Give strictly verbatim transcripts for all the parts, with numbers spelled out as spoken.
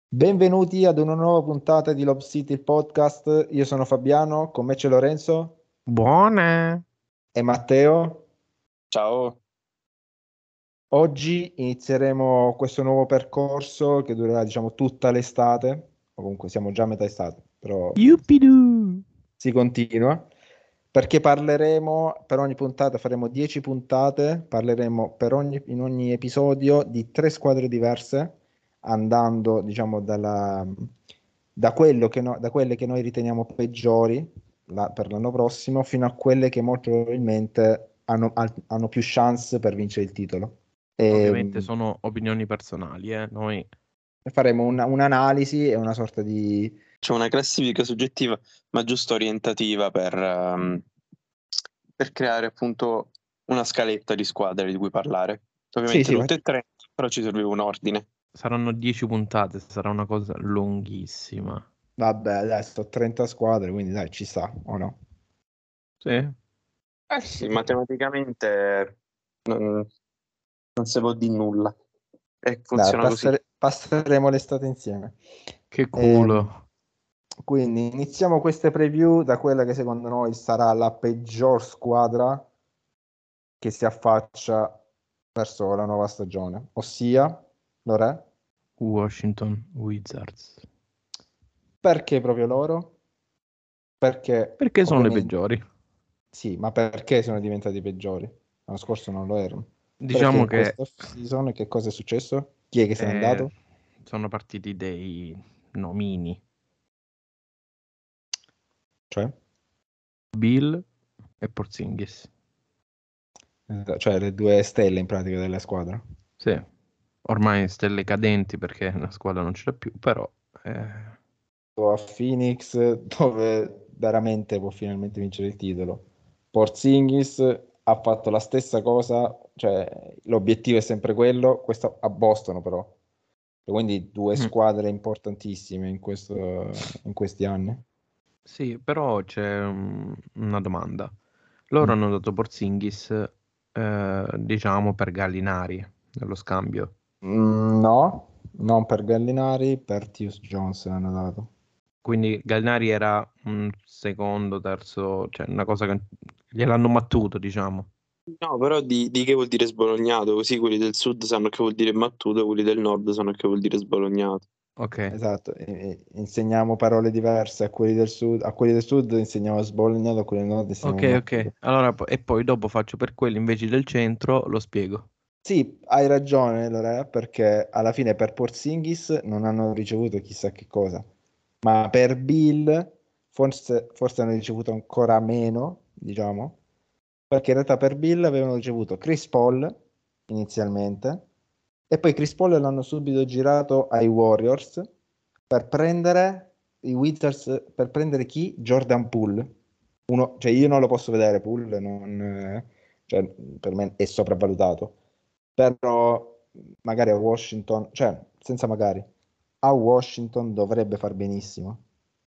Benvenuti ad una nuova puntata di Lob City il podcast. Io sono Fabiano, con me c'è Lorenzo Buone. e Matteo. Ciao. Oggi inizieremo questo nuovo percorso che durerà, diciamo, tutta l'estate, o comunque siamo già a metà estate, però Yuppidoo. si continua, perché parleremo per ogni puntata, faremo dieci puntate, parleremo per ogni, in ogni episodio di tre squadre diverse, andando, diciamo, dalla, da, quello che no- da quelle che noi riteniamo peggiori la- per l'anno prossimo, fino a quelle che molto probabilmente hanno, al- hanno più chance per vincere il titolo. Ovviamente E, sono opinioni personali, eh. Noi faremo una- un'analisi e una sorta di... C'è una classifica soggettiva, ma giusto orientativa per, ehm, per creare appunto una scaletta di squadre di cui parlare. Sì, Ovviamente sì, tutte e tre, però ci serviva un ordine. saranno dieci puntate, sarà una cosa lunghissima. vabbè, adesso trenta squadre, quindi dai, ci sta, o no? Sì. Eh sì, matematicamente non, non si può dire nulla. E Dai, funziona così. passere- passeremo l'estate insieme. Che Ehm, culo. quindi iniziamo queste preview da quella che secondo noi sarà la peggior squadra che si affaccia verso la nuova stagione, ossia, Lore, Washington Wizards. perché proprio loro? Perché Perché sono le ovviamente peggiori? sì, ma perché sono diventati peggiori? L'anno scorso non lo erano. Perché Diciamo in che questa season che cosa è successo? Chi è che se n'è eh, andato? sono partiti dei nomini. Cioè? Bill e Porzingis. Eh, Cioè le due stelle in pratica della squadra. Sì. Ormai stelle cadenti perché la squadra non ce l'ha più, però eh, A Phoenix dove veramente può finalmente vincere il titolo. Porzingis ha fatto la stessa cosa, cioè l'obiettivo è sempre quello, questo a Boston però. Quindi due mm, squadre importantissime in questo, in questi anni. sì, però c'è mm, una domanda. Loro Mm. hanno dato Porzingis, eh, diciamo, per Gallinari nello scambio. Mm, no, non per Gallinari, per Tyus Jones hanno dato. Quindi Gallinari era un secondo, terzo, cioè una cosa che gliel'hanno mattuto, diciamo. No, però di, di che vuol dire sbolognato? Così quelli del sud sanno che vuol dire battuto, quelli del nord sanno che vuol dire sbolognato. Ok, Esatto, e- e insegniamo parole diverse a quelli del sud, a quelli del sud insegniamo sbolognato, a quelli del nord insegniamo ok, mattuto. ok. Allora, po- e poi dopo faccio per quelli invece del centro, lo spiego. Sì, hai ragione, Lore, perché alla fine per Porzingis non hanno ricevuto chissà che cosa, ma per Bill forse, forse hanno ricevuto ancora meno, diciamo, perché in realtà per Bill avevano ricevuto Chris Paul inizialmente e poi Chris Paul l'hanno subito girato ai Warriors per prendere i Wizards, per prendere chi? Jordan Poole. Uno, cioè io non lo posso vedere, Poole non, eh, cioè, per me è sopravvalutato, però magari a Washington, cioè senza magari, a Washington dovrebbe far benissimo.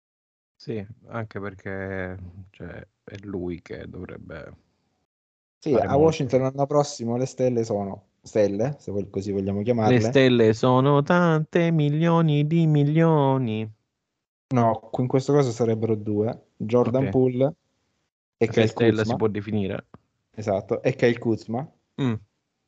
Sì, anche perché cioè, è lui che dovrebbe Sì, fare a molto. Washington l'anno prossimo le stelle sono stelle, se vol- così vogliamo Le chiamarle. stelle sono tante, milioni di milioni. No, in questo caso sarebbero due, Jordan Ok, Poole e se Kyle stella si Kuzma, può definire. esatto, e Kyle Kuzma, Mm,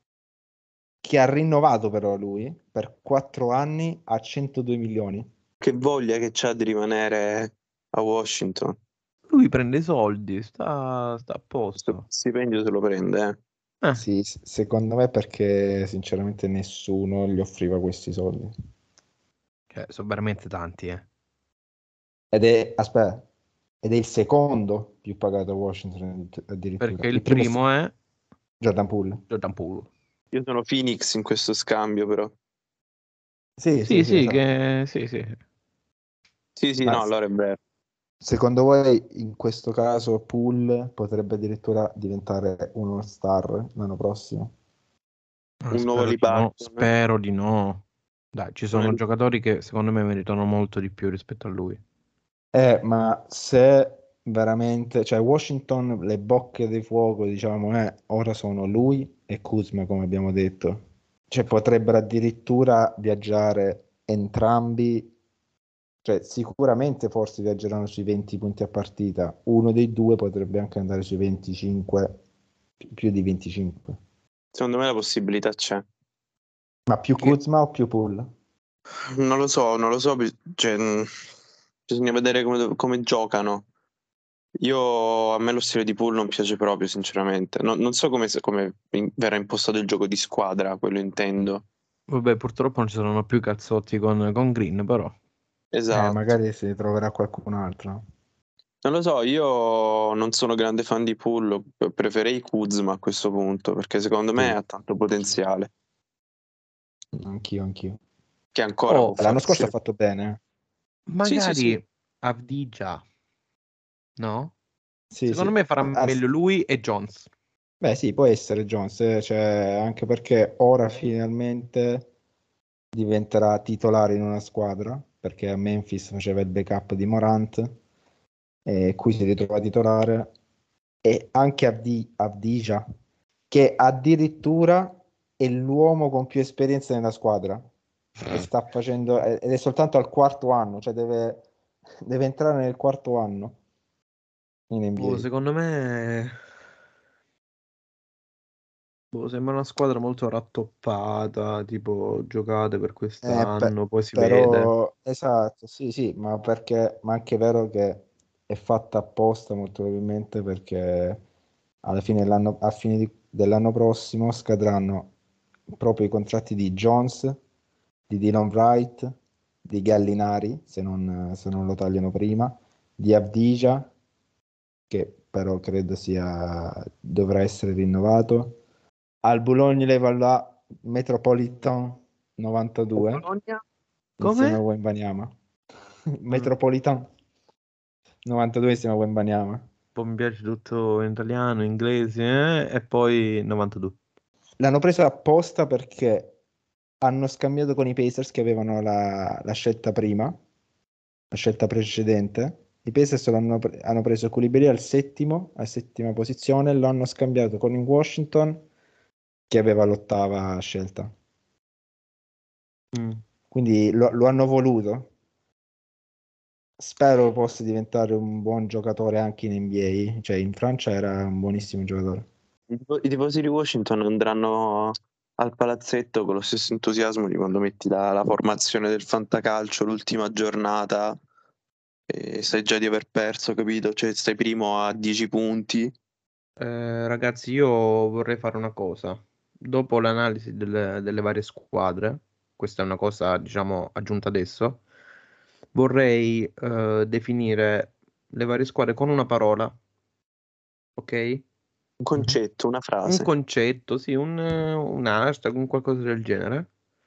che ha rinnovato però lui per quattro anni a centodue milioni. Che voglia che c'ha di rimanere a Washington. Lui prende i soldi, sta, sta a Questo posto. stipendio se lo prende, eh. Eh, Sì, s- secondo me perché sinceramente nessuno gli offriva questi soldi. cioè, sono veramente tanti, eh. Ed è, aspetta, ed è il secondo più pagato a Washington addirittura. Perché Il il primo è primo è Jordan Poole. Jordan Poole. Io sono Phoenix in questo scambio, però. Sì, sì, Sì, sì, sì, esatto. che... sì, sì. Sì, sì, Ma no, s- allora è vero. secondo voi in questo caso Poole potrebbe addirittura diventare un all-star l'anno prossimo? Ah, Un nuovo spero di no, Libarton, eh. spero di no. Dai, ci sono Un- giocatori che secondo me meritano molto di più rispetto a lui. Eh, ma se veramente, cioè Washington, le bocche di fuoco, diciamo, eh, ora sono lui e Kuzma, come abbiamo detto. Cioè potrebbero addirittura viaggiare, entrambi, cioè sicuramente forse viaggeranno sui venti punti a partita, uno dei due potrebbe anche andare sui venticinque, pi- più di venticinque. Secondo me la possibilità c'è. Ma più Che- Kuzma o più Poole? Non lo so, non lo so, bi- cioè, mh, bisogna vedere come, come giocano. Io, a me lo stile di Poole non piace proprio, sinceramente. Non, non so come, come in- verrà impostato il gioco di squadra, quello intendo. Vabbè, purtroppo non ci saranno più cazzotti con, con Green, però. Eh, Esatto. magari si troverà qualcun altro. Non lo so, io non sono grande fan di Poole, preferirei Kuzma a questo punto, perché secondo me Sì, ha tanto potenziale, anch'io, anch'io. che ancora può Oh, L'anno far scorso ha uscire. fatto bene. Sì, sì, sì. magari Avdija, no? Sì, Secondo sì. me farà Anzi, meglio lui e Jones. beh, sì, può essere Jones, eh, cioè, anche perché ora finalmente diventerà titolare in una squadra, perché a Memphis faceva il backup di Morant, e qui si ritrova titolare, e anche Avdi- Avdija, che addirittura è l'uomo con più esperienza nella squadra, e sta facendo, ed è soltanto al quarto anno, cioè deve, deve entrare nel quarto anno in Boh, N B A. secondo me boh, sembra una squadra molto rattoppata, tipo giocate per Eh, pe- quest'anno, poi si vede. però, esatto, sì, sì, ma perché, ma anche è vero che è fatta apposta molto probabilmente perché alla fine dell'anno, a fine di- dell'anno prossimo scadranno proprio i contratti di Jones, di Dylan Wright, di Gallinari, se non, se non lo tagliano prima, di Avdija, che però credo sia, dovrà essere rinnovato, al Boulogne-Levallois Metropolitan O novantadue Bologna? insieme a Come? Wembanyama. Mm, Metropolitan novantadue insieme a Wembanyama. poi mi piace tutto in italiano, inglese, eh, e poi novantadue. L'hanno preso apposta perché hanno scambiato con i Pacers che avevano la, la scelta prima, la scelta precedente. I Pacers l'hanno pre- hanno preso Koulibaly al settimo, a settima posizione, e lo hanno scambiato con il Washington che aveva l'ottava scelta. Mm. Quindi lo, lo hanno voluto. Spero possa diventare un buon giocatore anche in N B A, cioè in Francia era un buonissimo giocatore. I tifo- i tifosi di Washington andranno al palazzetto con lo stesso entusiasmo di quando metti la, la formazione del fantacalcio, l'ultima giornata, e sai già di aver perso, capito? Cioè stai primo a dieci punti. Eh, ragazzi, io vorrei fare una cosa. Dopo l'analisi delle, delle varie squadre, questa è una cosa, diciamo, aggiunta adesso, vorrei eh, definire le varie squadre con una parola, ok? Un Mhm. concetto, una Un frase. concetto, sì, un, un hashtag, un qualcosa del genere.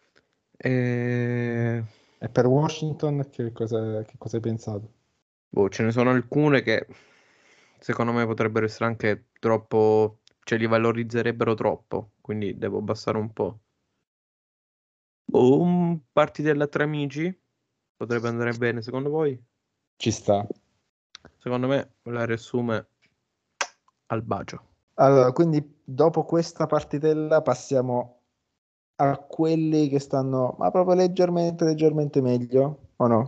E... E per Washington che cosa, che cosa hai pensato? boh, ce ne sono alcune che secondo me potrebbero essere anche troppo, cioè li valorizzerebbero troppo, quindi devo abbassare un po'. Boh, un partitella tra amici potrebbe andare bene, secondo voi? Ci sta. Secondo me la riassume al bacio. Allora, quindi dopo questa partitella passiamo a quelli che stanno, ma proprio leggermente, leggermente meglio, o no?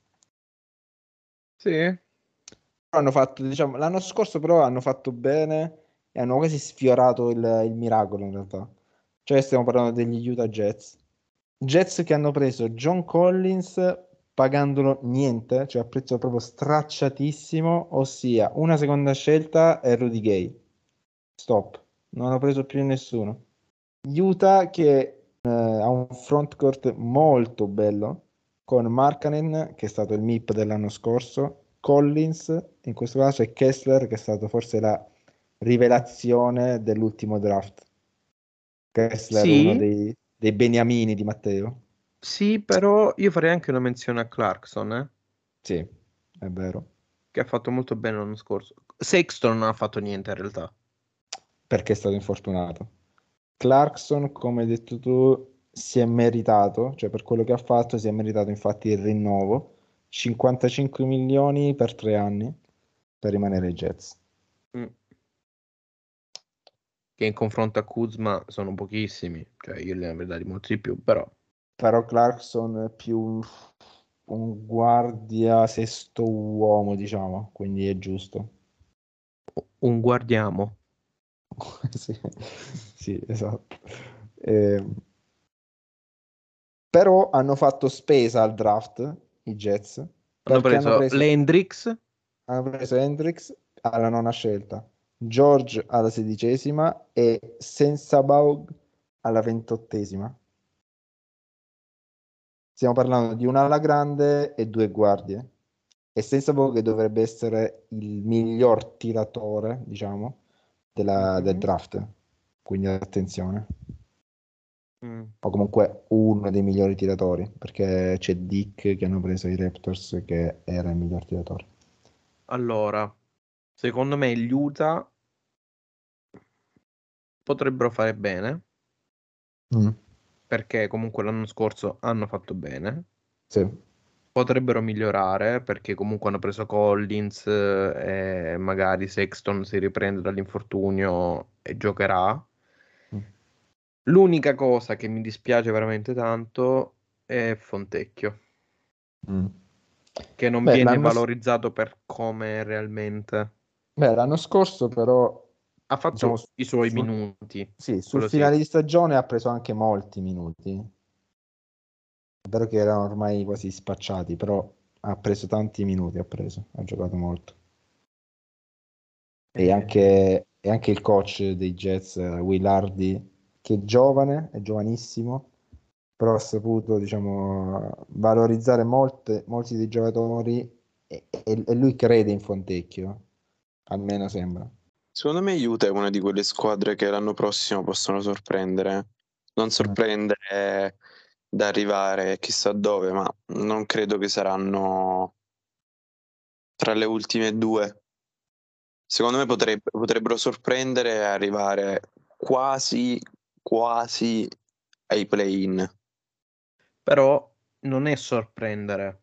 Sì? Hanno fatto, diciamo, l'anno scorso però hanno fatto bene e hanno quasi sfiorato il, il miracolo in realtà. Cioè stiamo parlando degli Utah Jets. Jets che hanno preso John Collins pagandolo niente, cioè a prezzo proprio stracciatissimo, ossia una seconda scelta e Rudy Gay. Stop. Non hanno preso più nessuno. Utah che eh, ha un frontcourt molto bello con Markkanen che è stato il M I P dell'anno scorso, Collins in questo caso e Kessler che è stato forse la rivelazione dell'ultimo draft. Kessler uno Sì, dei, dei beniamini di Matteo. sì, però io farei anche una menzione a Clarkson, eh, Sì, è vero. che ha fatto molto bene l'anno scorso. Sexton non ha fatto niente in realtà. Perché è stato infortunato. Clarkson, come hai detto tu, si è meritato, cioè per quello che ha fatto, si è meritato infatti il rinnovo, cinquantacinque milioni per tre anni per rimanere ai Jets. Mm. Che in confronto a Kuzma sono pochissimi, cioè io li avrei dati molti di più, però però Clarkson è più un guardia sesto uomo, diciamo, quindi è giusto. Un guardiamo. sì, sì, esatto. Eh, però hanno fatto spesa al draft i Jets Hanno perché hanno preso preso, l'Hendrix, hanno preso Hendricks alla nona scelta, George alla sedicesima e Sensabaugh alla ventottesima. Stiamo parlando di un'ala grande e due guardie. E Sensabaugh che dovrebbe essere il miglior tiratore, diciamo, della- del Mhm. draft. Quindi attenzione. Mm. O comunque uno dei migliori tiratori, perché c'è Dick che hanno preso i Raptors che era il miglior tiratore. Allora, secondo me gli Utah potrebbero fare bene, Mm, perché comunque l'anno scorso hanno fatto bene. sì. Potrebbero migliorare, perché comunque hanno preso Collins eh, e magari Sexton si riprende dall'infortunio e giocherà. Mm, L'unica cosa che mi dispiace veramente tanto è Fontecchio, mm. che non Beh, viene l'anno, valorizzato per come è realmente. beh, l'anno scorso però, Ha diciamo, fatto su- i suoi sul, minuti, sì, sul quello sì. finale di stagione ha preso anche molti minuti. È vero che erano ormai quasi spacciati, però ha preso tanti minuti, ha preso, ha giocato molto. E Eh, anche, e anche il coach dei Jets, eh, Will Hardy, che è giovane, è giovanissimo, però ha saputo, diciamo, valorizzare molte, molti dei giocatori e, e- e lui crede in Fontecchio, almeno sembra. Secondo me Utah è una di quelle squadre che l'anno prossimo possono sorprendere. Non Mm. sorprendere da arrivare chissà dove, ma non credo che saranno tra le ultime due. Secondo me potrebbe- potrebbero sorprendere e arrivare quasi, quasi ai play-in. però non è sorprendere,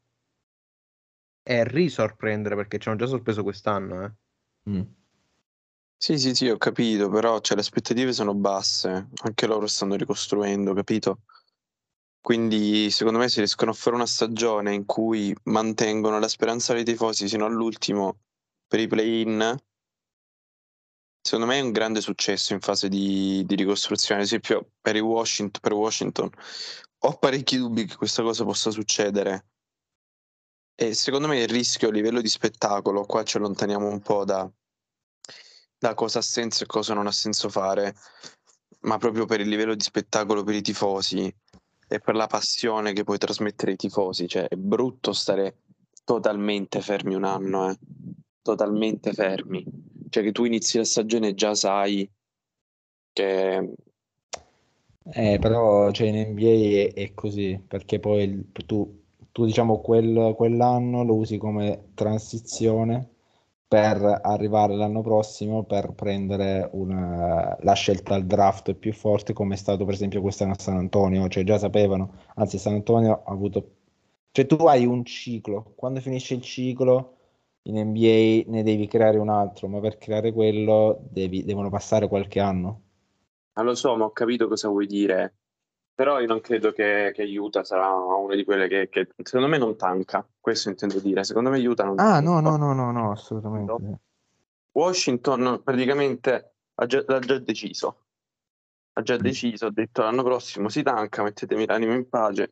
è risorprendere perché ci hanno già sorpreso quest'anno, eh. Mm. Sì, sì, sì, ho capito, però cioè, le aspettative sono basse, anche loro stanno ricostruendo, capito? Quindi secondo me se riescono a fare una stagione in cui mantengono la speranza dei tifosi sino all'ultimo per i play-in, secondo me è un grande successo in fase di, di ricostruzione. Ad esempio per i Washington, per Washington ho parecchi dubbi che questa cosa possa succedere. E secondo me il rischio a livello di spettacolo, qua ci allontaniamo un po' da, da cosa ha senso e cosa non ha senso fare, ma proprio per il livello di spettacolo per i tifosi e per la passione che puoi trasmettere ai tifosi. Cioè, è brutto stare totalmente fermi un anno, eh. Totalmente fermi. Cioè, che tu inizi la stagione e già sai che... Eh, però cioè, in N B A è, è così, perché poi il- tu, tu, diciamo quel- quell'anno lo usi come transizione per arrivare l'anno prossimo per prendere una- la scelta al draft più forte come è stato per esempio quest'anno a San Antonio, cioè già sapevano, anzi San Antonio ha avuto, cioè tu hai un ciclo, quando finisce il ciclo in N B A ne devi creare un altro, ma per creare quello devi- devono passare qualche anno. Ah, lo so, ma ho capito cosa vuoi dire. Però io non credo che, che Utah sarà una di quelle che, che secondo me non tanca. Questo intendo dire. Secondo me Utah non Ah, no, tanca. no, no, no, no, assolutamente. Sì. Washington praticamente ha già, l'ha già deciso. Ha già deciso, ha detto l'anno prossimo si tanca, mettetemi l'anima in pace.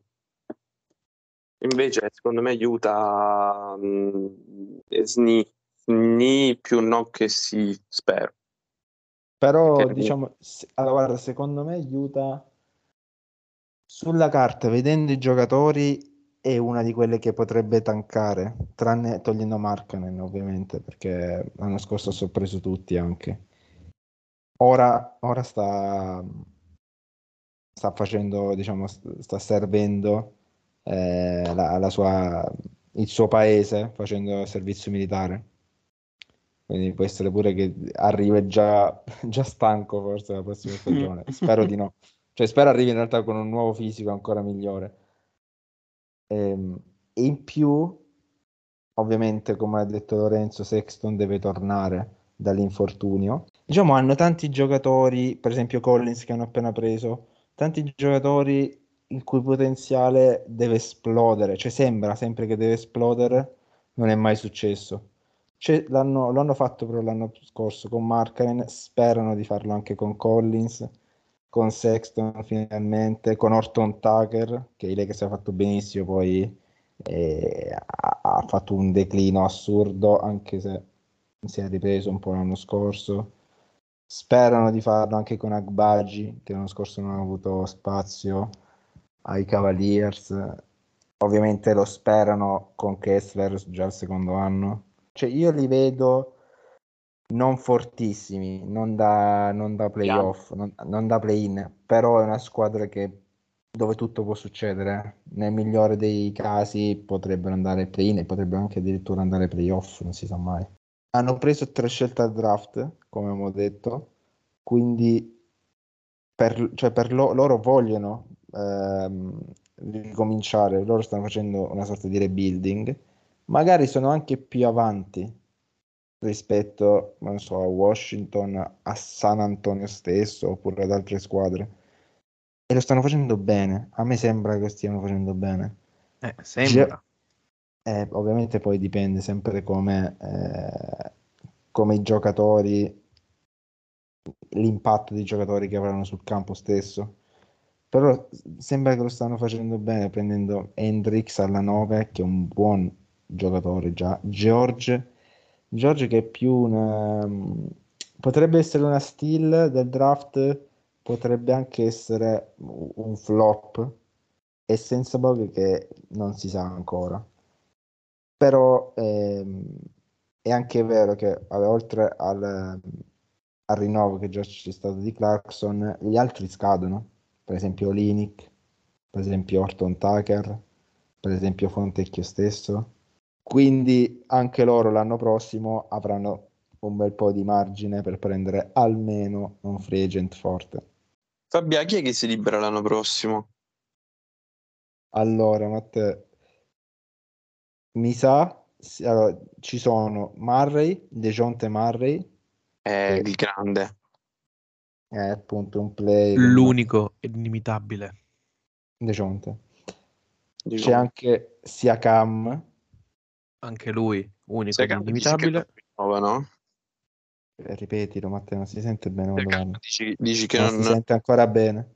Invece, secondo me, Utah mh, è sni, sni più no che si spero. Però, Perché diciamo, se- allora, guarda, secondo me Utah sulla carta, vedendo i giocatori, è una di quelle che potrebbe tankare, tranne togliendo Markkanen, ovviamente, perché l'anno scorso ha sorpreso tutti anche. Ora, ora sta, sta facendo, diciamo, st- sta servendo eh, la, la sua, il suo paese facendo servizio militare. Quindi può essere pure che arrivi già, già stanco forse la prossima stagione. Spero di no. Cioè, spero arrivi in realtà con un nuovo fisico ancora migliore. Ehm, E, in più, ovviamente, come ha detto Lorenzo, Sexton deve tornare dall'infortunio. Diciamo, hanno tanti giocatori, per esempio Collins che hanno appena preso, tanti giocatori il cui potenziale deve esplodere, cioè sembra sempre che deve esplodere, non è mai successo. Cioè, l'hanno, lo hanno fatto però l'anno scorso con Markkanen, sperano di farlo anche con Collins, con Sexton finalmente, con Horton Tucker, che lei che si è fatto benissimo, poi eh, ha, ha fatto un declino assurdo, anche se si è ripreso un po' l'anno scorso. Sperano di farlo anche con Agbaji, che l'anno scorso non ha avuto spazio ai Cavaliers. Ovviamente lo sperano con Kessler già al secondo anno. Cioè io li vedo non fortissimi, non da, non da playoff, non, non da play-in, però è una squadra che dove tutto può succedere. Nel migliore dei casi potrebbero andare play-in e potrebbero anche addirittura andare playoff, non si sa mai. Hanno preso tre scelte al draft, come abbiamo detto, quindi per, cioè per lo- loro vogliono ehm, ricominciare, loro stanno facendo una sorta di rebuilding, magari sono anche più avanti rispetto, non so, a Washington, a San Antonio stesso, oppure ad altre squadre. E lo stanno facendo bene. A me sembra che lo stiano facendo bene. Eh, Ge- sembra. eh, ovviamente poi dipende sempre come, eh, come i giocatori, l'impatto dei giocatori che avranno sul campo stesso. Però sembra che lo stanno facendo bene, prendendo Hendrix alla nove, che è un buon giocatore già. George, George che è più una... potrebbe essere una steal del draft, potrebbe anche essere un flop. E senza bug che non si sa ancora. Però ehm, è anche vero che vabbè, oltre al, al rinnovo che già c'è stato di Clarkson, gli altri scadono. Per esempio Linick, per esempio Horton Tucker, per esempio Fontecchio stesso. Quindi anche loro l'anno prossimo avranno un bel po' di margine per prendere almeno un free agent forte. Fabia, chi è che si libera l'anno prossimo? Allora, Matteo, mi sa, sì, allora, ci sono Murray, DeJounte Murray, È che il grande. è appunto un play con L'unico ed inimitabile. DeJounte. C'è Diciamo. anche Siakam, Anche lui, unico ed Siakam dici che non inimitabile. rinnova, no? eh, ripetilo Matteo, non si sente bene quando Siakam parli. dici, dici che Non si non... sente ancora bene.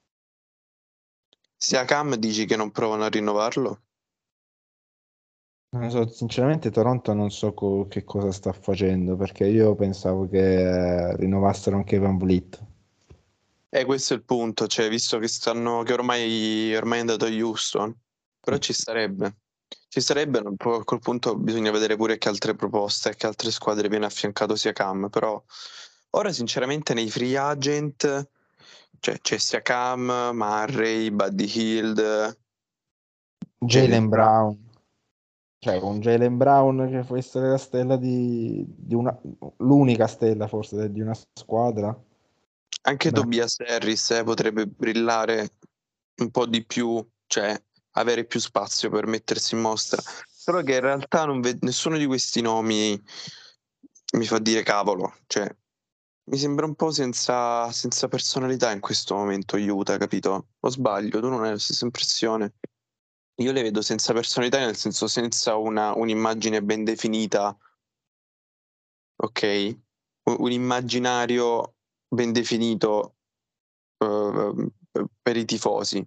Siakam dici che non provano a rinnovarlo? Non lo so, sinceramente Toronto non so co- che cosa sta facendo, perché io pensavo che eh, rinnovassero anche Van Vliet. E questo è il punto, cioè, visto che stanno, che ormai, ormai è andato a Houston, però ci starebbe. Ci sarebbe, un po' a quel punto bisogna vedere pure che altre proposte e che altre squadre viene affiancato Siakam, però ora sinceramente nei free agent cioè, c'è Siakam, Murray, Buddy Hield, Jaylen Jaylen Brown, Brown, cioè un Jaylen Brown che può essere la stella di, di una, l'unica stella forse di una squadra. anche Beh, Tobias Harris eh, potrebbe brillare un po' di più, cioè avere più spazio per mettersi in mostra. Solo che in realtà non ve- nessuno di questi nomi mi fa dire cavolo, cioè mi sembra un po' senza, senza personalità in questo momento Utah, capito? O sbaglio, tu non hai la stessa impressione? Io le vedo senza personalità, nel senso senza una, un'immagine ben definita, ok? Un, un immaginario ben definito eh, per i tifosi.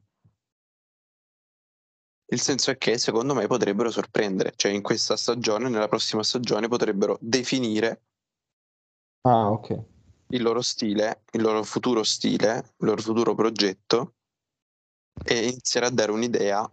Il senso è che secondo me potrebbero sorprendere, cioè in questa stagione, nella prossima stagione potrebbero definire ah, ok. il loro stile, il loro futuro stile, il loro futuro progetto e iniziare a dare un'idea.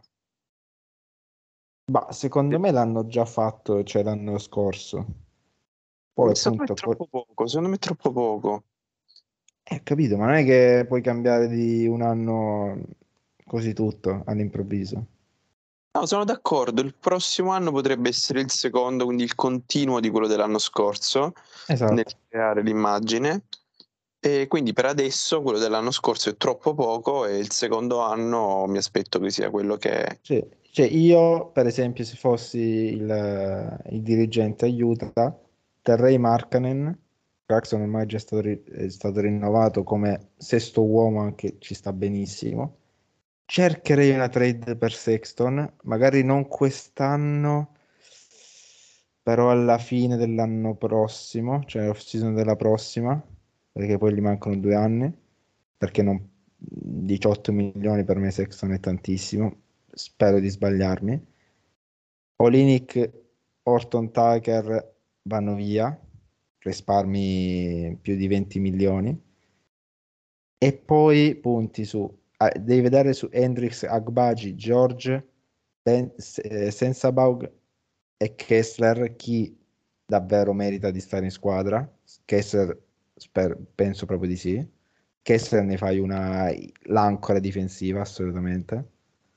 Ma secondo me l'hanno già fatto, cioè l'anno scorso. Poi Secondo me è appunto, co- troppo poco, secondo me è troppo poco. eh, capito, ma non è che puoi cambiare di un anno così tutto all'improvviso. No, sono d'accordo, il prossimo anno potrebbe essere il secondo, quindi il continuo di quello dell'anno scorso, nel Esatto. creare l'immagine. E quindi per adesso quello dell'anno scorso è troppo poco e il secondo anno mi aspetto che sia quello che è. Cioè, cioè, io, per esempio, se fossi il, il dirigente aiuta, terrei Markkanen. Clarkson ormai è già stato, ri- è stato rinnovato come sesto uomo, anche ci sta benissimo. cercherei una trade per Sexton, magari non quest'anno, però alla fine dell'anno prossimo, cioè off season della prossima, perché poi gli mancano due anni, perché non, diciotto milioni per me Sexton è tantissimo, spero di sbagliarmi. Olinik, Orton Tucker vanno via, risparmi più di venti milioni. E poi punti su, ah, devi vedere su Hendrix, Agbaji, George, Ben, eh, Sensabaugh e Kessler chi davvero merita di stare in squadra. Kessler sper- penso proprio di sì. Kessler ne fai una l'ancora difensiva assolutamente.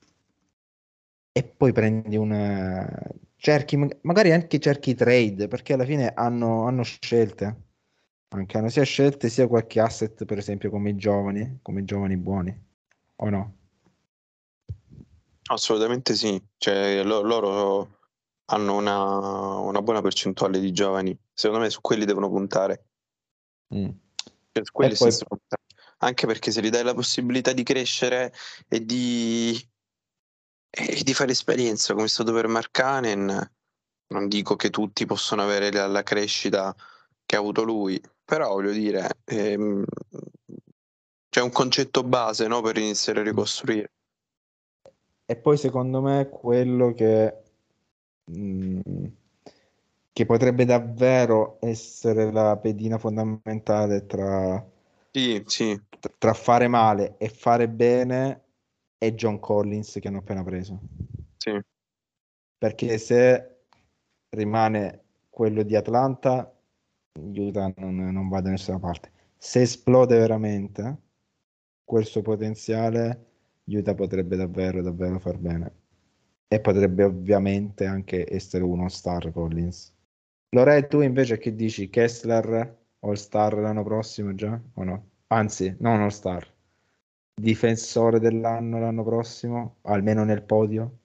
E poi prendi una cerchi mag- magari anche cerchi trade perché alla fine hanno, hanno scelte. Anche hanno sia scelte sia qualche asset, per esempio, come i giovani, come i giovani buoni, o no? Assolutamente sì, cioè, lo- loro hanno una, una buona percentuale di giovani, secondo me su quelli devono puntare, Mm. cioè, su E quelli poi, stesso puntare. Anche perché se gli dai la possibilità di crescere e di, e di fare esperienza come è stato per Markkanen, non dico che tutti possono avere la, la crescita che ha avuto lui, però voglio dire, ehm, c'è un concetto base, no, per iniziare a ricostruire. e poi secondo me quello che, mm, che potrebbe davvero essere la pedina fondamentale tra, Sì, sì, tra fare male e fare bene è John Collins che hanno appena preso. sì. Perché se rimane quello di Atlanta, Utah non, non va da nessuna parte. Se esplode veramente quel suo potenziale, Utah potrebbe davvero, davvero far bene. E potrebbe ovviamente anche essere uno star Collins. Lore, tu invece che dici? Kessler All Star l'anno prossimo già? O no? Anzi, non All Star. Difensore dell'anno l'anno prossimo, almeno nel podio.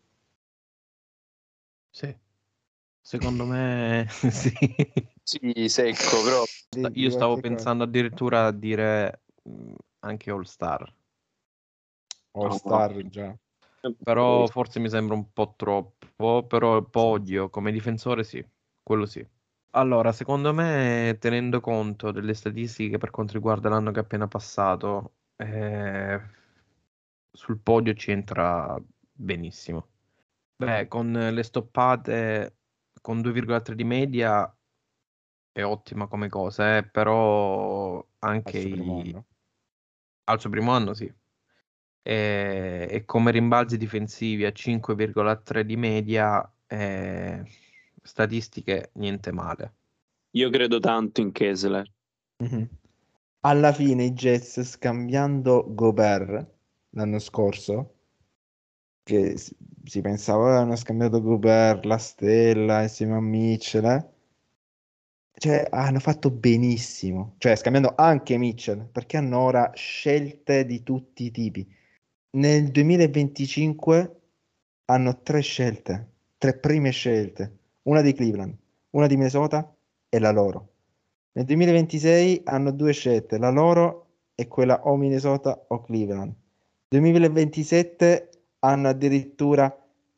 Sì, secondo me sì. Sì, secco, però Di, di Io stavo qualche cosa. pensando addirittura a dire mh, anche All Star, All no, no. Star già. però forse mi sembra un po' troppo, però il podio come difensore sì, quello sì. Allora, secondo me, tenendo conto delle statistiche per quanto riguarda l'anno che è appena passato, eh, sul podio ci entra benissimo. Beh, con le stoppate con due virgola tre di media è ottima come cosa, eh, però Al anche suo primo i... anno. al suo primo anno sì. E, e come rimbalzi difensivi a cinque virgola tre di media, eh, statistiche niente male. Io credo tanto in Kessler. Mhm. Alla fine i Jets scambiando Gobert l'anno scorso, che si, si pensava "Ah, hanno scambiato Gobert, la stella insieme a Mitchell, eh?" Cioè hanno fatto benissimo, cioè scambiando anche Mitchell, perché hanno ora scelte di tutti i tipi. Nel duemilaventicinque hanno tre scelte, tre prime scelte, una di Cleveland, una di Minnesota e la loro. Nel duemilaventisei hanno due scelte, la loro e quella o Minnesota o Cleveland. duemilaventisette hanno addirittura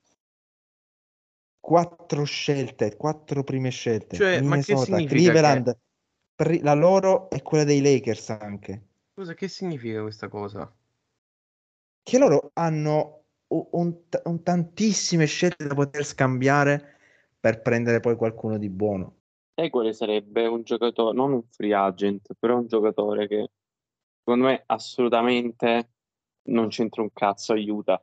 quattro scelte, quattro prime scelte, Cioè, ma che Minnesota, significa che... Cleveland, pri- la loro e quella dei Lakers anche. Scusa, che significa questa cosa? Che loro hanno un, un- un tantissime scelte da poter scambiare per prendere poi qualcuno di buono. Sai quale sarebbe un giocatore, non un free agent, però un giocatore che secondo me assolutamente non c'entra un cazzo, aiuta.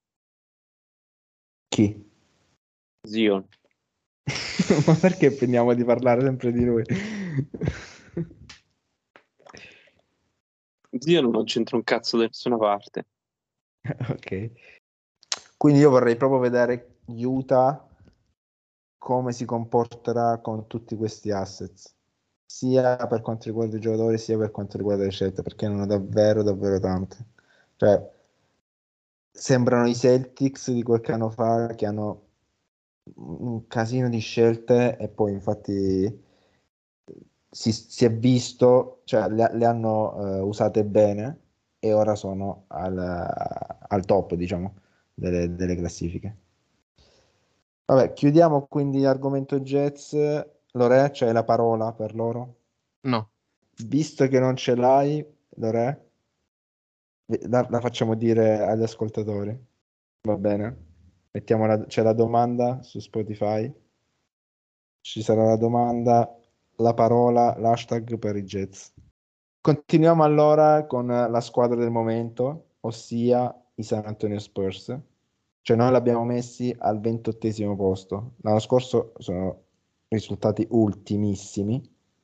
Chi? Zion. Ma perché finiamo di parlare sempre di lui? Zion non c'entra un cazzo da nessuna parte. Ok. Quindi io vorrei proprio vedere Utah come si comporterà con tutti questi assets, sia per quanto riguarda i giocatori, sia per quanto riguarda le scelte, perché non ho davvero, davvero tante. Cioè, sembrano i Celtics di qualche anno fa che hanno un casino di scelte e poi infatti si, si è visto, cioè le, le hanno eh, usate bene e ora sono al, al top, diciamo, delle, delle classifiche. Vabbè, chiudiamo quindi l'argomento Jets. Lore, c'hai la parola per loro? No. Visto che non ce l'hai, Lore, la, la facciamo dire agli ascoltatori. Va bene? Mettiamo la, c'è la domanda su Spotify. Ci sarà la domanda, la parola, l'hashtag per i Jets. Continuiamo allora con la squadra del momento, ossia i San Antonio Spurs. Cioè noi l'abbiamo messi al ventottesimo posto. L'anno scorso sono risultati ultimissimi.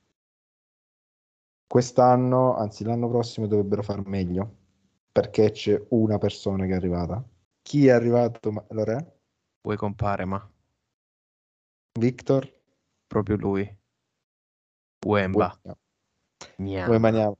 Quest'anno, anzi l'anno prossimo, dovrebbero far meglio, perché c'è una persona che è arrivata. Chi è arrivato, ma- Lore? Vuoi compare, ma Victor? proprio lui. Wemba. Voi Miama. maniamo.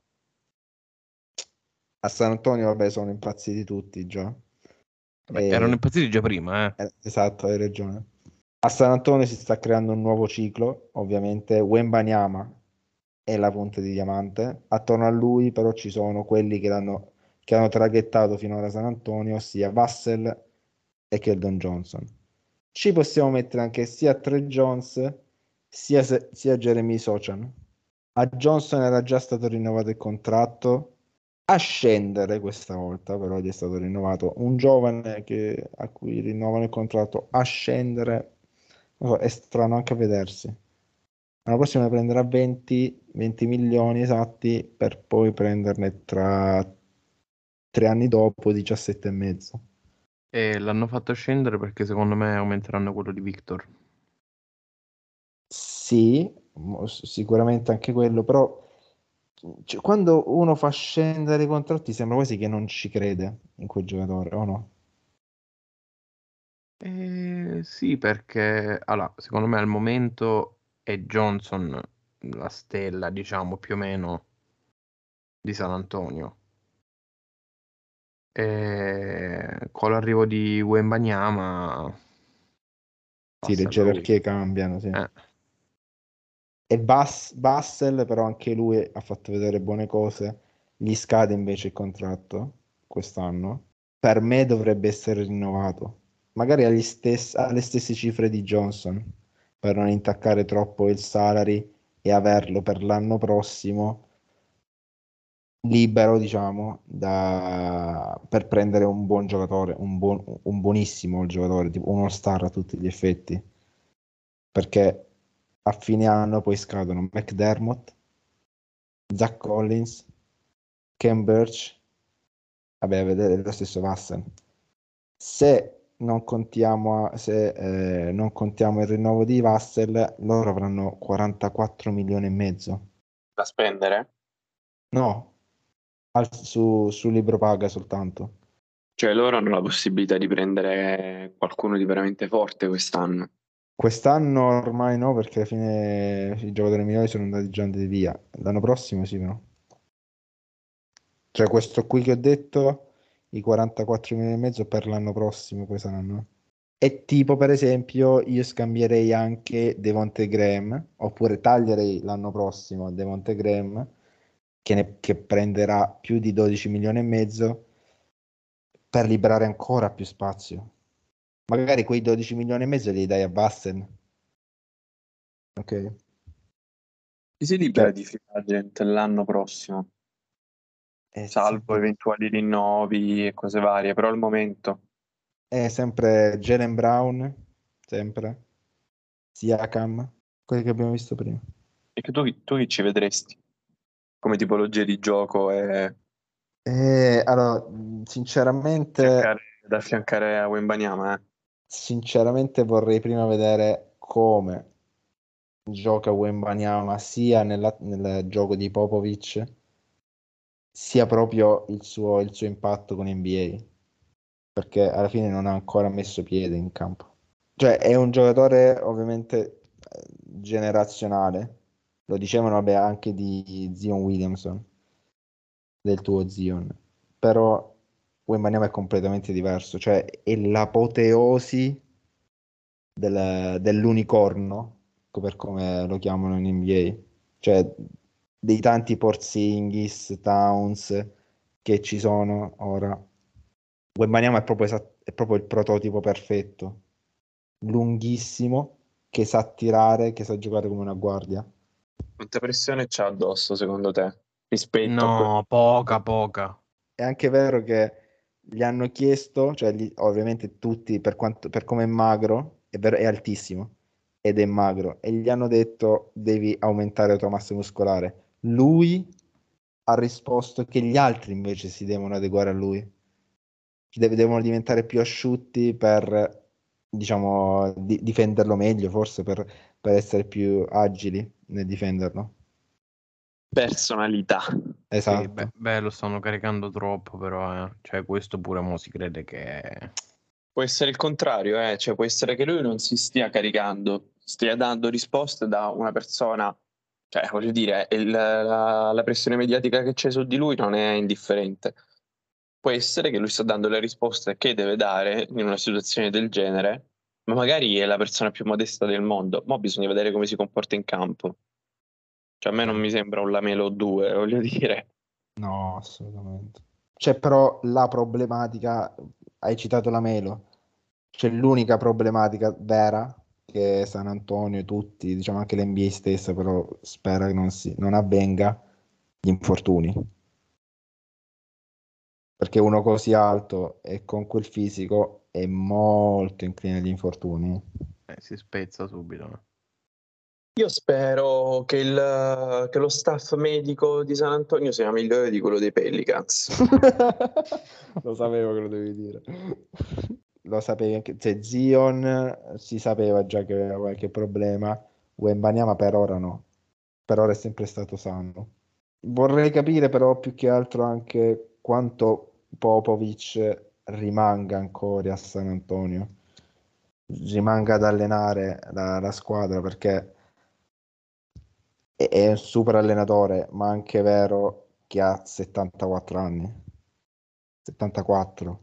A San Antonio, vabbè, sono impazziti tutti già. Vabbè, E- erano impazziti già prima, eh. eh, esatto, hai ragione. A San Antonio si sta creando un nuovo ciclo, ovviamente. Wembanyama è la punta di diamante. Attorno a lui, però, ci sono quelli che, l'hanno, che hanno traghettato finora a San Antonio, ossia Vassell e Keldon Johnson. Ci possiamo mettere anche sia Tre Jones sia, se- sia Jeremy Sochan. A Johnson era già stato rinnovato il contratto. A scendere questa volta, però gli è stato rinnovato un giovane che, a cui rinnovano il contratto a scendere. Non so, è strano anche a vedersi. L'anno prossimo ne prenderà venti, venti milioni esatti per poi prenderne tra tre anni dopo diciassette e mezzo. E l'hanno fatto scendere perché secondo me aumenteranno quello di Victor. Sì, mo- sicuramente anche quello, però cioè, quando uno fa scendere i contratti sembra quasi che non ci crede in quel giocatore, o no? Eh, sì, perché allora, secondo me al momento è Johnson la stella, diciamo, più o meno di San Antonio. E con l'arrivo di Wembanyama Sì, le passa lui. gerarchie cambiano, sì. Eh, E Bas- Bassel, però anche lui ha fatto vedere buone cose. Gli scade invece il contratto quest'anno. Per me dovrebbe essere rinnovato. Magari agli stess- alle stesse cifre di Johnson, per non intaccare troppo il salary e averlo per l'anno prossimo libero, diciamo, da- per prendere un buon giocatore, un, buon- un buonissimo giocatore, tipo uno star a tutti gli effetti. Perché a fine anno poi scadono McDermott, Zach Collins, Ken Birch, vabbè, a vedere lo stesso Vassen. Se non contiamo, a- se, eh, non contiamo il rinnovo di Vassell, loro avranno quarantaquattro milioni e mezzo. Da spendere? No, al- su, su libro paga soltanto. Cioè loro hanno la possibilità di prendere qualcuno di veramente forte quest'anno. Quest'anno ormai no, perché alla fine i giocatori migliori sono andati già andati via. L'anno prossimo sì, no? Cioè questo qui che ho detto, i quarantaquattro milioni e mezzo per l'anno prossimo poi saranno. E tipo per esempio io scambierei anche Devonte Graham, oppure taglierei l'anno prossimo Devonte Graham, che, ne- che prenderà più di dodici milioni e mezzo, per liberare ancora più spazio. Magari quei dodici milioni e mezzo li dai a Bassen, ok? Chi si libera Cioè, di free agent l'anno prossimo, è salvo sempre, eventuali rinnovi e cose varie, però al momento. è sempre Jalen Brown, sempre, Siakam, quelli che abbiamo visto prima. E che tu, tu chi ci vedresti come tipologia di gioco e E, allora, mh, sinceramente, affiancare, da affiancare a Wembanyama, eh? sinceramente vorrei prima vedere come gioca Wembanyama sia nella- nel gioco di Popovic, sia proprio il suo, il suo impatto con N B A, perché alla fine non ha ancora messo piede in campo. Cioè, è un giocatore ovviamente eh, generazionale, lo dicevano vabbè, anche di Zion Williamson, del tuo Zion, però Wembanyama è completamente diverso, cioè è l'apoteosi del- dell'unicorno, per come lo chiamano in N B A, cioè dei tanti Porzingis, Towns, che ci sono ora. Wembanyama è proprio, esat- è proprio il prototipo perfetto, lunghissimo, che sa tirare, che sa giocare come una guardia. Quanta pressione c'ha addosso secondo te rispetto a quello? No, poca, poca. È anche vero che gli hanno chiesto, cioè gli- ovviamente tutti, per quanto, per come è magro, è, vero- è altissimo ed è magro, e gli hanno detto devi aumentare la tua massa muscolare. Lui ha risposto che gli altri invece si devono adeguare a lui. Deve- devono diventare più asciutti per, diciamo, di- difenderlo meglio, forse per, per essere più agili nel difenderlo. Personalità. Sì, beh, Esatto. beh, lo stanno caricando troppo, però, eh. Cioè, questo pure mo si crede che... Può essere il contrario, eh? Cioè, può essere che lui non si stia caricando, stia dando risposte da una persona, cioè, voglio dire, il- la, la pressione mediatica che c'è su di lui non è indifferente. Può essere che lui sta dando le risposte che deve dare in una situazione del genere, ma magari è la persona più modesta del mondo. Ma bisogna vedere come si comporta in campo. Cioè, a me non mi sembra un Lamelo due, voglio dire. No, assolutamente. C'è però la problematica, hai citato la Melo, c'è l'unica problematica vera che è San Antonio e tutti, diciamo anche l'N B A stessa, però spera che non, si, non avvenga, gli infortuni. Perché uno così alto e con quel fisico è molto incline agli infortuni. eh, si spezza subito. eh. Io spero che, il- che lo staff medico di San Antonio sia migliore di quello dei Pelicans. Lo sapevo che lo devi dire. Lo sapevi anche, cioè Zion si sapeva già che aveva qualche problema, Wembanyama per ora no, per ora è sempre stato sano. Vorrei capire però più che altro anche quanto Popovic rimanga ancora a San Antonio, rimanga ad allenare la, la squadra, perché è, è un super allenatore, ma anche vero che ha settantaquattro anni. settantaquattro.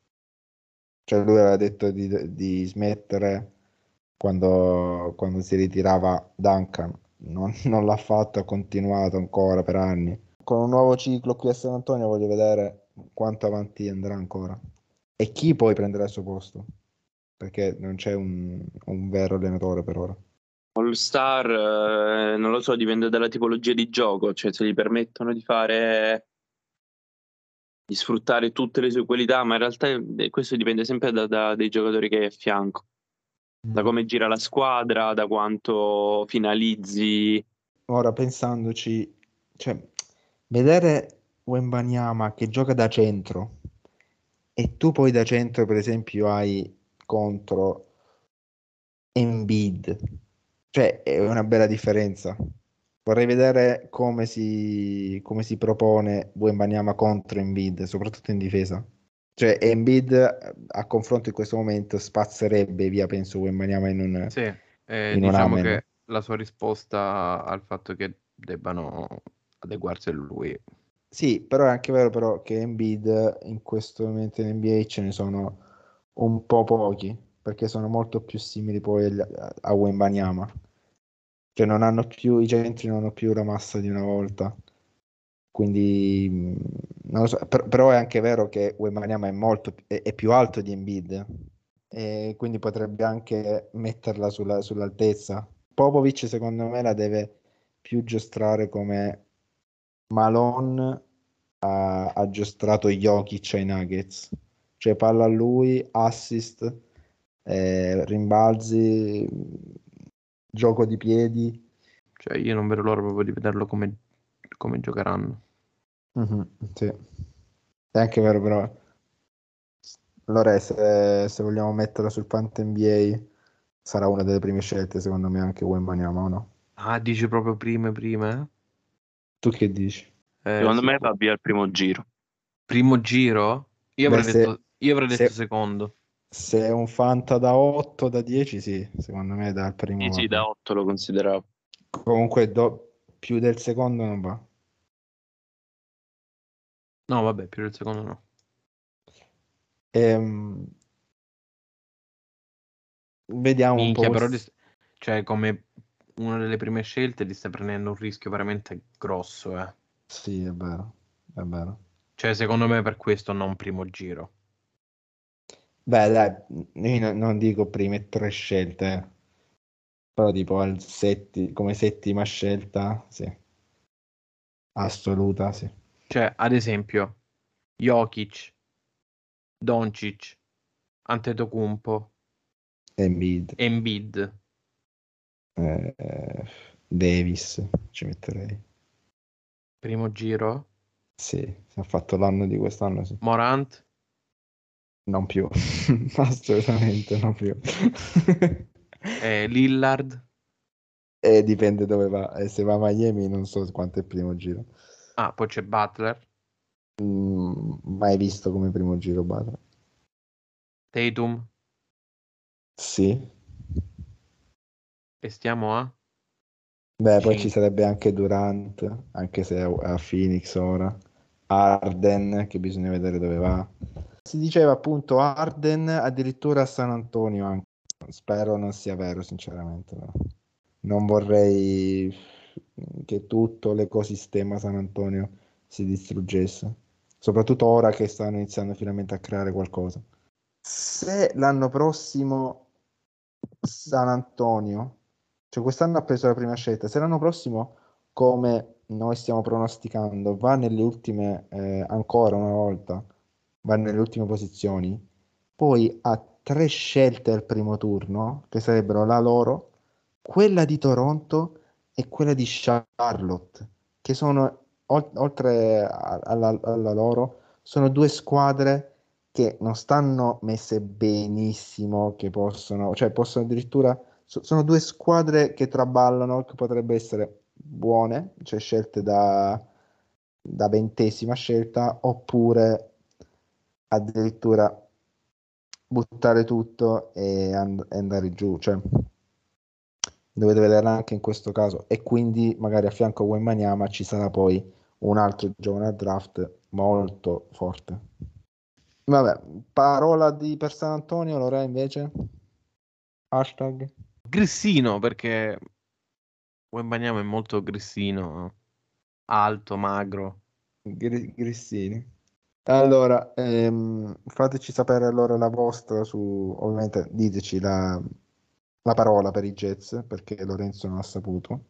Cioè lui aveva detto di, di smettere quando, quando si ritirava Duncan. Non, non l'ha fatto, ha continuato ancora per anni. Con un nuovo ciclo qui a San Antonio voglio vedere quanto avanti andrà ancora. E chi poi prenderà il suo posto. Perché non c'è un, un vero allenatore per ora. All Star, eh, non lo so, dipende dalla tipologia di gioco, cioè se gli permettono di fare, di sfruttare tutte le sue qualità, ma in realtà eh, questo dipende sempre da, da- dai giocatori che hai a fianco, da come gira la squadra, da quanto finalizzi. Ora pensandoci, cioè, vedere Wembanyama che gioca da centro e tu poi da centro per esempio hai contro Embiid, cioè è una bella differenza. Vorrei vedere come si, come si propone Wembanyama contro Embiid, soprattutto in difesa. Cioè Embiid eh, a confronto in questo momento spazzerebbe via, penso, Wembanyama in un, Sì, eh, in un diciamo amen. che la sua risposta al fatto che debbano adeguarsi a lui. Sì, però è anche vero però che Embiid in questo momento in N B A ce ne sono un po' pochi, perché sono molto più simili poi agli- a, a Wembanyama. Cioè non hanno più, i centri non hanno più la massa di una volta. Quindi mh, non lo so, per- però è anche vero che Wembanyama è molto è, è più alto di Embiid e quindi potrebbe anche metterla sulla- sull'altezza. Popovic secondo me la deve più giostrare come Malone ha, ha giostrato Jokic ai Nuggets, cioè palla a lui, assist, eh, rimbalzi, gioco di piedi. Cioè, io non vedo l'ora proprio di vederlo come, come giocheranno. Mhm, sì. È anche vero però. Allora, se, se vogliamo metterla sul Pant N B A, sarà una delle prime scelte, secondo me, anche Wembanyama, o no? Ah, dici proprio prime, prime? Tu che dici? Eh, Secondo me sicuro. va via al primo giro. Primo giro? Io Beh, avrei se, detto, io avrei detto se, secondo. se è un Fanta da otto, da dieci, sì, secondo me dal Sì, primo va sì, da via. otto lo consideravo. Comunque, do- più del secondo non va. No, vabbè, più del secondo no. Ehm, vediamo un Minchia, po'. però, li s- st- cioè, come una delle prime scelte, li stai prendendo un rischio veramente grosso, eh. Sì, è vero, è vero. Cioè, secondo me per questo non primo giro. Beh, dai, io no- non dico prime tre scelte, eh. Però tipo al setti- come settima scelta, sì, assoluta, sì. Cioè, ad esempio, Jokic, Doncic, Antetokounmpo, Embiid, Embiid, eh, eh, Davis, ci metterei. primo giro, Sì, se ha fatto l'anno di quest'anno, sì. Morant, Non più, assolutamente non più. eh, Lillard. E dipende dove va. E se va a Miami non so quanto è il primo giro. Ah, poi c'è Butler, Mm, mai visto come primo giro Butler. Tatum, Sì. e stiamo a Beh, poi ci cinque. sarebbe anche Durant, anche se è a Phoenix ora. Arden, che bisogna vedere dove va. Si diceva appunto Arden addirittura a San Antonio anche. Spero non sia vero, sinceramente. Però. Non vorrei che tutto l'ecosistema San Antonio si distruggesse, soprattutto ora che stanno iniziando finalmente a creare qualcosa. Se l'anno prossimo San Antonio, cioè quest'anno ha preso la prima scelta, se l'anno prossimo, come noi stiamo pronosticando, va nelle ultime, eh, ancora una volta, va nelle ultime posizioni, poi ha tre scelte al primo turno, che sarebbero la loro, quella di Toronto e quella di Charlotte, che sono, ol- oltre a- alla, alla loro, sono due squadre che non stanno messe benissimo, che possono, cioè possono addirittura, so- sono due squadre che traballano, che potrebbero essere buone, cioè scelte da, da ventesima scelta, oppure addirittura buttare tutto e, and- e andare giù, cioè dovete vederla anche in questo caso e quindi magari a fianco a Wembanyama ci sarà poi un altro giovane a draft molto forte. Vabbè, parola di per San Antonio, Lore invece? Hashtag? Grissino, perché Wembanyama è molto grissino, alto, magro. Gri- Grissini. Allora, ehm, fateci sapere allora la vostra su, ovviamente diteci la, la parola per i Jets, perché Lorenzo non ha saputo,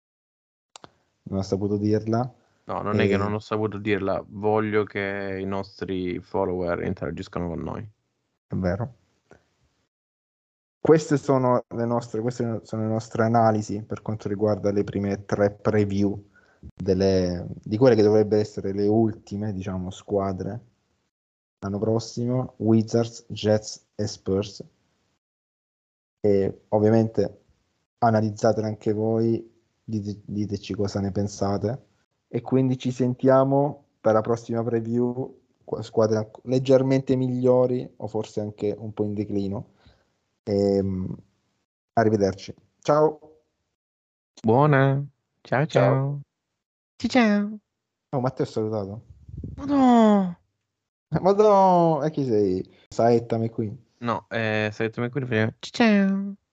non ha saputo dirla. No, non è che non E, ho saputo dirla, voglio che i nostri follower interagiscano con noi. è vero. Queste sono le nostre, queste sono le nostre analisi per quanto riguarda le prime tre preview delle- di quelle che dovrebbero essere le ultime, diciamo, squadre l'anno prossimo, Wizards, Jets e Spurs. E ovviamente analizzatele anche voi, dite- diteci cosa ne pensate. E quindi ci sentiamo per la prossima preview, qua- squadre anc- leggermente migliori o forse anche un po' in declino. Ehm, arrivederci. Ciao. Buona, ciao Ciao. ciao. Ciao ciao. Oh, Matteo è salutato. Ma no! Ma no, e chi sei? Saetta McQueen. No, eh, sei tu qui. Ciao ciao.